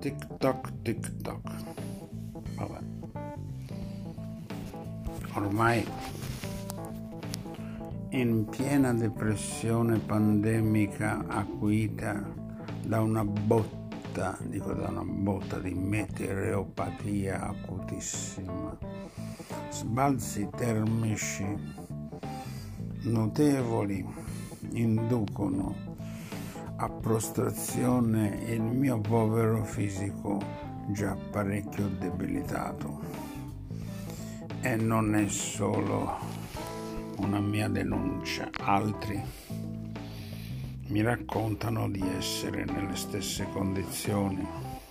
TikTok. Vabbè. Ormai in piena depressione pandemica acuita da una botta di meteoropatia acutissima, sbalzi termici notevoli inducono a prostrazione il mio povero fisico già parecchio debilitato. E non è solo una mia denuncia, altri mi raccontano di essere nelle stesse condizioni.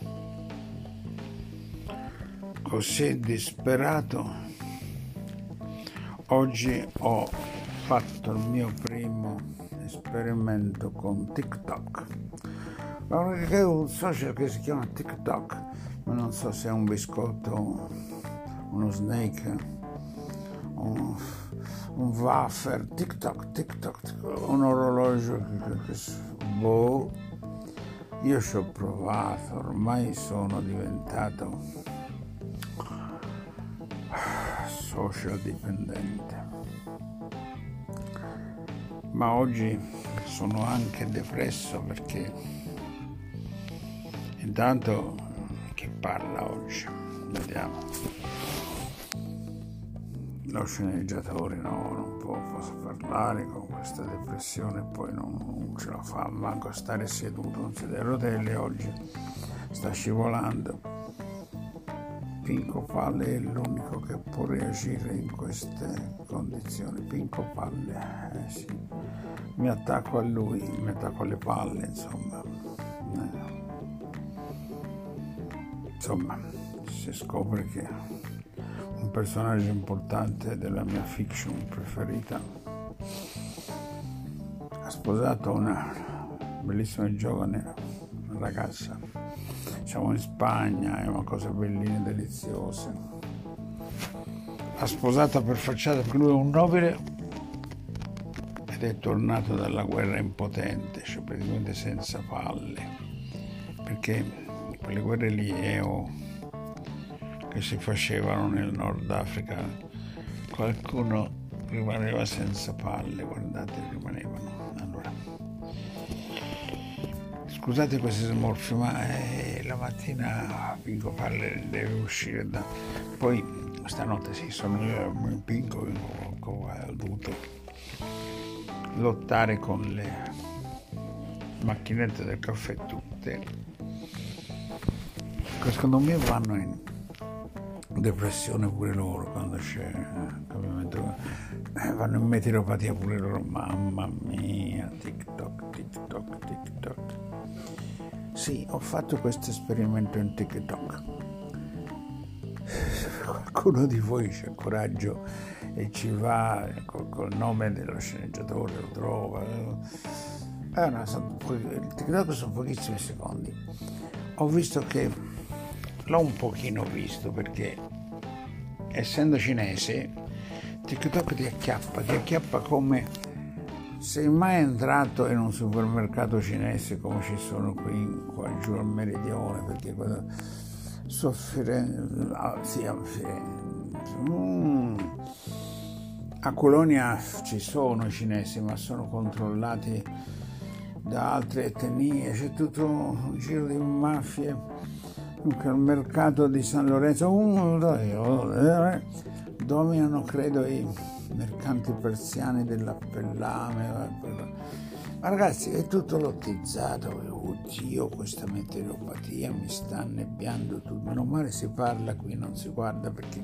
Così disperato, oggi ho fatto il mio primo esperimento con TikTok. È un social che si chiama TikTok, ma non so se è un biscotto, uno snake, un wafer, TikTok, un orologio io ci ho provato, ormai sono diventato social dipendente. Ma oggi sono anche depresso perché intanto chi parla oggi? Vediamo. Lo sceneggiatore non posso parlare con questa depressione, poi non ce la fa manco a stare seduto in sedia a rotelle, oggi sta scivolando. Pinco Palle è l'unico che può reagire in queste condizioni. Pinco Palle, sì. Mi attacco a lui, mi attacco alle palle, insomma. Si scopre che un personaggio importante della mia fiction preferita ha sposato una bellissima giovane ragazza. Siamo in Spagna, è una cosa bellina e deliziosa. L'ha sposata per facciata perché lui è un nobile ed è tornato dalla guerra impotente, cioè praticamente senza palle, perché quelle guerre lì che si facevano nel Nord Africa, qualcuno rimaneva senza palle, guardate, rimanevano. Allora, scusate questi smorfi, ma la mattina Pinco Palle deve uscire poi stanotte sono io in Pinco, ho dovuto lottare con le macchinette del caffè tutte, che secondo me vanno in depressione pure loro quando c'è cambiamento, vanno in meteoropatia pure loro. Mamma mia, TikTok. Sì, ho fatto questo esperimento in TikTok. Se qualcuno di voi c'ha coraggio e ci va col nome dello sceneggiatore, lo trova. Il TikTok sono pochissimi secondi. Ho visto che l'ho un pochino visto perché, essendo cinese, TikTok ti acchiappa come sei mai entrato in un supermercato cinese come ci sono qua giù al Meridione, perché a Firenze, a Colonia ci sono i cinesi, ma sono controllati da altre etnie, c'è tutto un giro di mafie. Dunque al mercato di San Lorenzo dominano, credo, i mercanti persiani dell'Appellame, ma ragazzi è tutto lottizzato. Oddio, questa meteoropatia mi sta annebbiando tutto. Meno male si parla qui, non si guarda, perché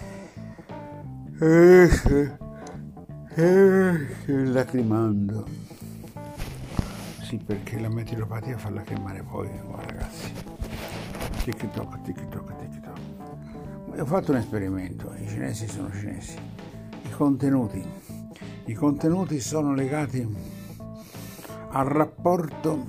lacrimando. Sì, perché la meteoropatia fa lacrimare poi, ragazzi. TikTok. Ho fatto un esperimento, i cinesi sono cinesi. I contenuti sono legati al rapporto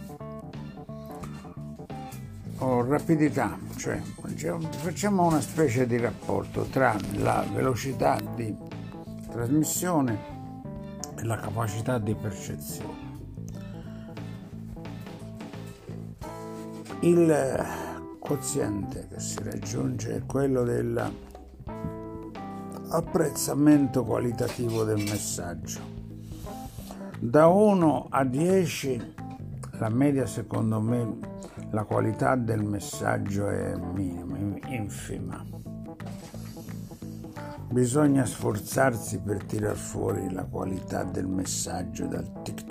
o rapidità, cioè facciamo una specie di rapporto tra la velocità di trasmissione e la capacità di percezione. Il quoziente che si raggiunge è quello dell'apprezzamento qualitativo del messaggio. Da 1 a 10 la media, secondo me, la qualità del messaggio è minima, infima. Bisogna sforzarsi per tirar fuori la qualità del messaggio dal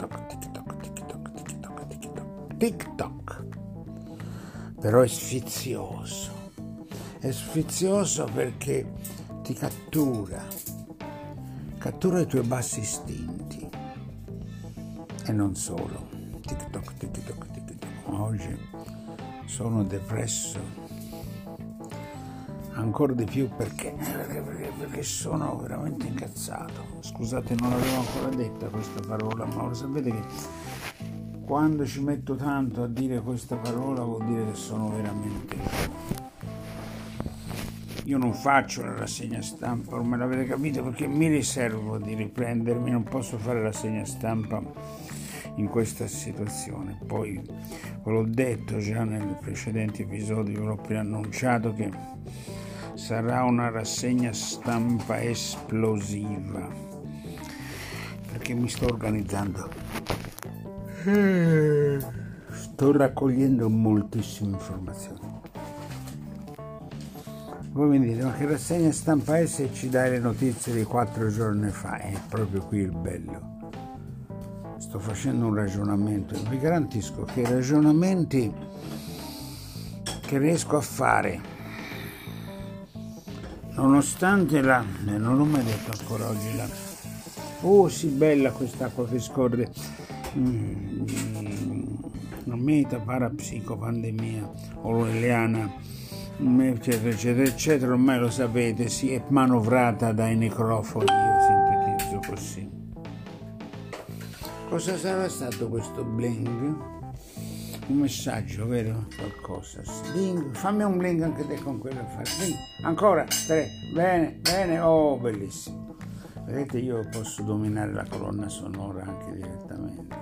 TikTok. Però è sfizioso perché ti cattura i tuoi bassi istinti e non solo. TikTok. Oggi sono depresso ancora di più perché sono veramente incazzato. Scusate, non l'avevo ancora detta questa parola, ma lo sapete che quando ci metto tanto a dire questa parola vuol dire che sono veramente... Io non faccio la rassegna stampa, ormai l'avete capito, perché mi riservo di riprendermi, non posso fare la rassegna stampa in questa situazione. Poi ve l'ho detto già nei precedenti episodi, ve l'ho preannunciato che sarà una rassegna stampa esplosiva, perché mi sto organizzando, sto raccogliendo moltissime informazioni. Voi mi dite, ma che rassegna stampa è se ci dai le notizie di 4 giorni fa? È proprio qui il bello. Sto facendo un ragionamento e vi garantisco che i ragionamenti che riesco a fare, nonostante non l'ho mai detto ancora oggi, sì, bella quest'acqua che scorre, meta parapsicopandemia orwelliana, eccetera, ormai lo sapete, si è manovrata dai necrofoni, io sintetizzo così. Cosa sarà stato questo bling? Un messaggio, vero? Qualcosa. Bling, fammi un bling anche te con quello. Bling. Ancora, 3, bene, oh, bellissimo. Vedete, io posso dominare la colonna sonora anche direttamente.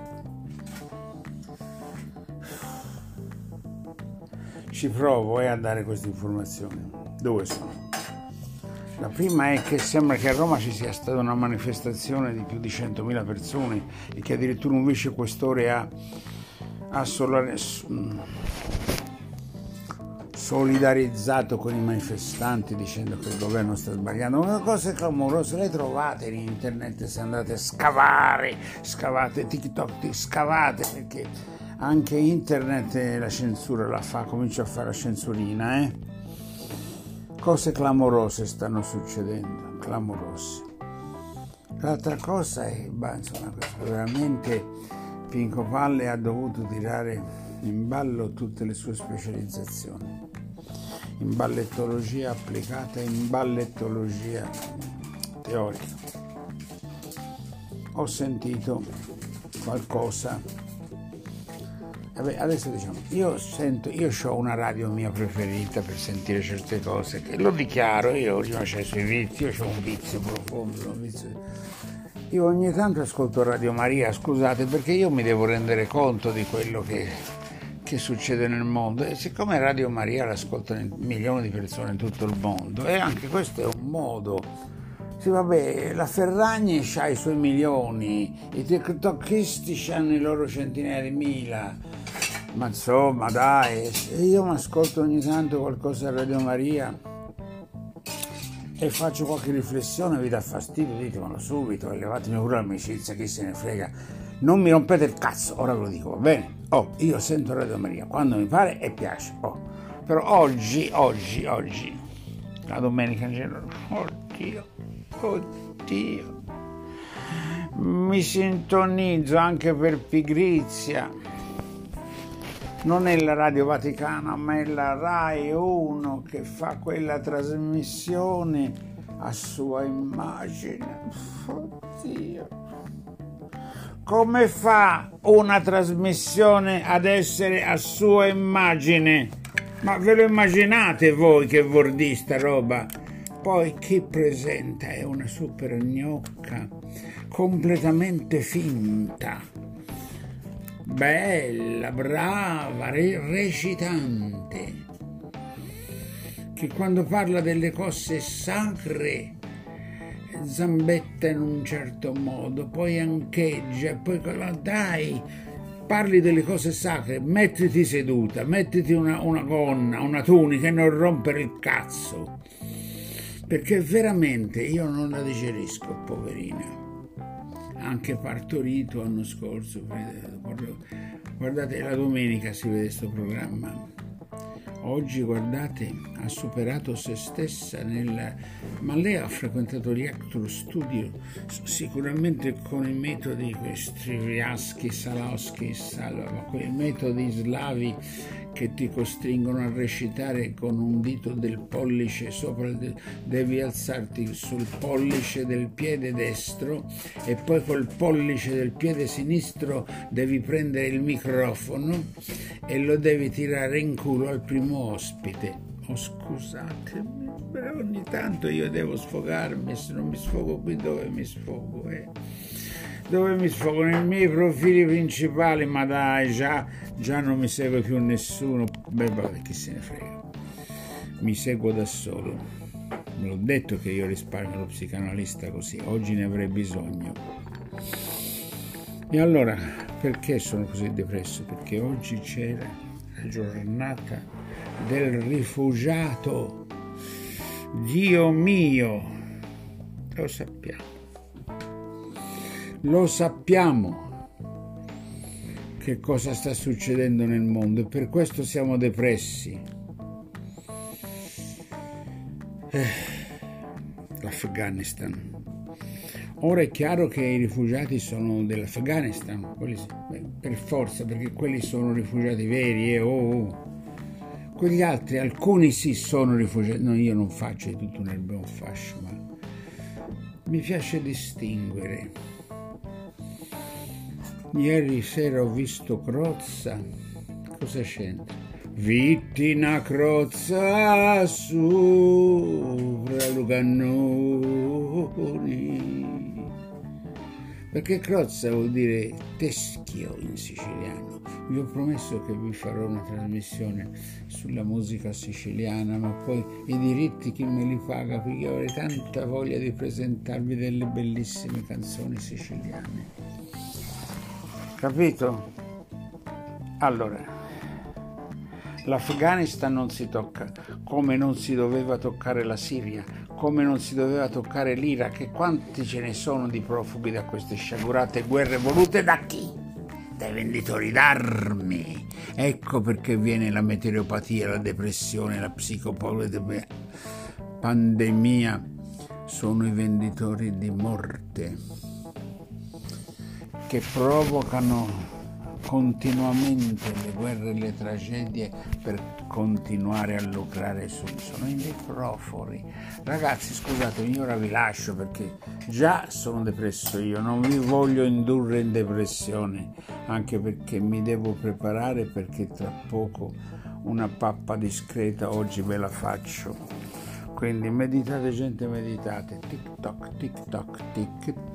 Ci provo a dare queste informazioni. Dove sono? La prima è che sembra che a Roma ci sia stata una manifestazione di più di 100.000 persone e che addirittura un vicequestore ha solidarizzato con i manifestanti dicendo che il governo sta sbagliando. Una cosa clamorosa, le trovate in internet se andate a scavate TikTok, scavate, perché anche internet la censura la fa, comincia a fare la censurina, Cose clamorose stanno succedendo, clamorose. L'altra cosa è, veramente Pinco Palle ha dovuto tirare in ballo tutte le sue specializzazioni, in ballettologia applicata, in ballettologia teorica. Ho sentito qualcosa. Adesso diciamo, io ho una radio mia preferita per sentire certe cose, che lo dichiaro, ognuno ha i suoi vizi, io ho un vizio profondo, Io ogni tanto ascolto Radio Maria, scusate, perché io mi devo rendere conto di quello che succede nel mondo, e siccome Radio Maria l'ascoltano milioni di persone in tutto il mondo, e anche questo è un modo. Sì, vabbè, la Ferragni ha i suoi milioni, i tiktokisti hanno i loro centinaia di mila, ma insomma dai, io mi ascolto ogni tanto qualcosa a Radio Maria e faccio qualche riflessione, vi dà fastidio, ditemelo subito, levatemi pure l'amicizia, chi se ne frega, non mi rompete il cazzo, ora ve lo dico, va bene? Io sento Radio Maria quando mi pare e piace, però oggi, la domenica in genere, oddio, mi sintonizzo anche per pigrizia. Non è la Radio Vaticana, ma è la Rai 1 che fa quella trasmissione a sua immagine. Oddio. Come fa una trasmissione ad essere a sua immagine? Ma ve lo immaginate voi che vuol dire sta roba? Poi chi presenta è una super gnocca, completamente finta. bella, brava, recitante, che quando parla delle cose sacre zambetta in un certo modo, poi ancheggia, poi dai, parli delle cose sacre, mettiti seduta, mettiti una gonna, una tunica e non rompere il cazzo, perché veramente io non la digerisco, poverina. Anche partorito l'anno scorso, guardate, la domenica si vede questo programma. Oggi, guardate, ha superato se stessa ma lei ha frequentato gli Actor Studio sicuramente con i metodi Striviaschi, Salowski, quei metodi slavi che ti costringono a recitare con un dito del pollice sopra, devi alzarti sul pollice del piede destro e poi col pollice del piede sinistro devi prendere il microfono e lo devi tirare in culo al primo ospite. Oh, scusatemi, però ogni tanto io devo sfogarmi, se non mi sfogo qui dove mi sfogo? Dove mi sfogo? Nei miei profili principali, ma dai, già non mi segue più nessuno. Beh, vabbè, chi se ne frega. Mi seguo da solo. Me l'ho detto che io risparmio lo psicanalista così, oggi ne avrei bisogno. E allora, perché sono così depresso? Perché oggi c'era la giornata del rifugiato. Dio mio, lo sappiamo che cosa sta succedendo nel mondo e per questo siamo depressi. L'Afghanistan. Ora è chiaro che i rifugiati sono dell'Afghanistan, per forza, perché quelli sono rifugiati veri. Quegli altri, alcuni sì sono rifugiati. No, io non faccio di tutto un erbe un fascio, ma mi piace distinguere. Ieri sera ho visto Crozza. Cosa c'entra? Vittina Crozza sopra Lugannoni. Perché Crozza vuol dire teschio in siciliano. Vi ho promesso che vi farò una trasmissione sulla musica siciliana, ma poi i diritti chi me li paga? Perché io avrei tanta voglia di presentarvi delle bellissime canzoni siciliane. Capito? Allora, l'Afghanistan non si tocca, come non si doveva toccare la Siria, come non si doveva toccare l'Iraq. E quanti ce ne sono di profughi da queste sciagurate guerre volute da chi? Dai venditori d'armi. Ecco perché viene la meteoropatia, la depressione, la pandemia. Sono i venditori di morte che provocano continuamente le guerre e le tragedie per continuare a lucrare sono i necrofori. Ragazzi, scusatemi, ora vi lascio perché già sono depresso io, non vi voglio indurre in depressione, anche perché mi devo preparare, perché tra poco una pappa discreta oggi ve la faccio. Quindi meditate, gente, meditate. Tic toc, tic toc, tic